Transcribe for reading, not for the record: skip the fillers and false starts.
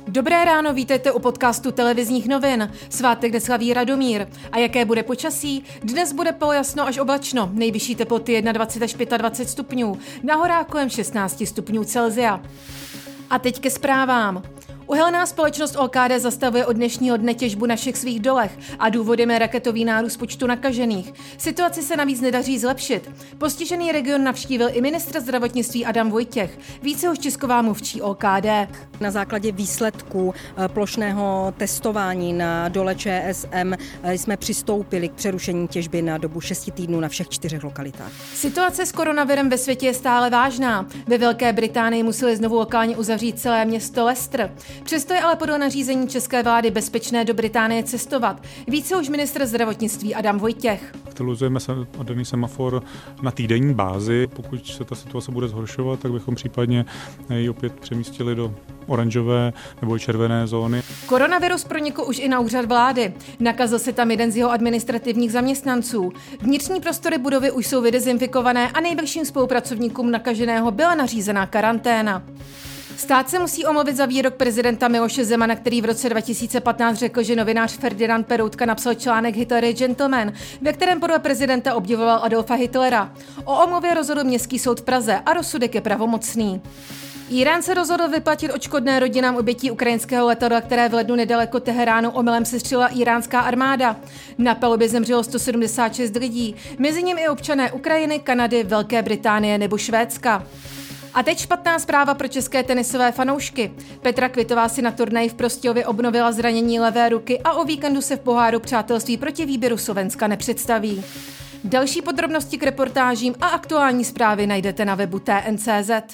Dobré ráno, vítejte u podcastu televizních novin. Svátek neslaví Radomír. A jaké bude počasí? Dnes bude polojasno až oblačno. Nejvyšší teploty 21 až 25 stupňů. Na horách kolem 16 stupňů Celsia. A teď ke zprávám. Uhelná společnost OKD zastavuje od dnešního dne těžbu na všech svých dolech a důvodem je raketový nárůst počtu nakažených. Situaci se navíc nedaří zlepšit. Postižený region navštívil i ministr zdravotnictví Adam Vojtěch. Více už tisková mluvčí OKD. Na základě výsledků plošného testování na dole ČSM jsme přistoupili k přerušení těžby na dobu 6 týdnů na všech 4 lokalitách. Situace s koronavirem ve světě je stále vážná. Ve Velké Británii museli znovu lokálně uzavřít celé město Leicester. Přesto je ale podle nařízení české vlády bezpečné do Británie cestovat. Více už ministr zdravotnictví Adam Vojtěch. Aktualizujeme daný semafor na týdenní bázi. Pokud se ta situace bude zhoršovat, tak bychom případně ji opět přemístili do oranžové nebo červené zóny. Koronavirus pronikl už i na úřad vlády. Nakazil se tam jeden z jeho administrativních zaměstnanců. Vnitřní prostory budovy už jsou vydezinfikované a nejbližším spolupracovníkům nakaženého byla nařízená karanténa. Stát se musí omluvit za výrok prezidenta Miloše Zemana, který v roce 2015 řekl, že novinář Ferdinand Peroutka napsal článek Hitler je gentleman, ve kterém podle prezidenta obdivoval Adolfa Hitlera. O omluvě rozhodl Městský soud v Praze a rozsudek je pravomocný. Irán se rozhodl vyplatit odškodné rodinám obětí ukrajinského letadla, které v lednu nedaleko Teheránu omylem sestřelila iránská armáda. Na palubě zemřelo 176 lidí, mezi nimi i občané Ukrajiny, Kanady, Velké Británie nebo Švédska. A teď špatná zpráva pro české tenisové fanoušky. Petra Kvitová si na turnaji v Prostějově obnovila zranění levé ruky a o víkendu se v poháru přátelství proti výběru Slovenska nepředstaví. Další podrobnosti k reportážím a aktuální zprávy najdete na webu TN.cz.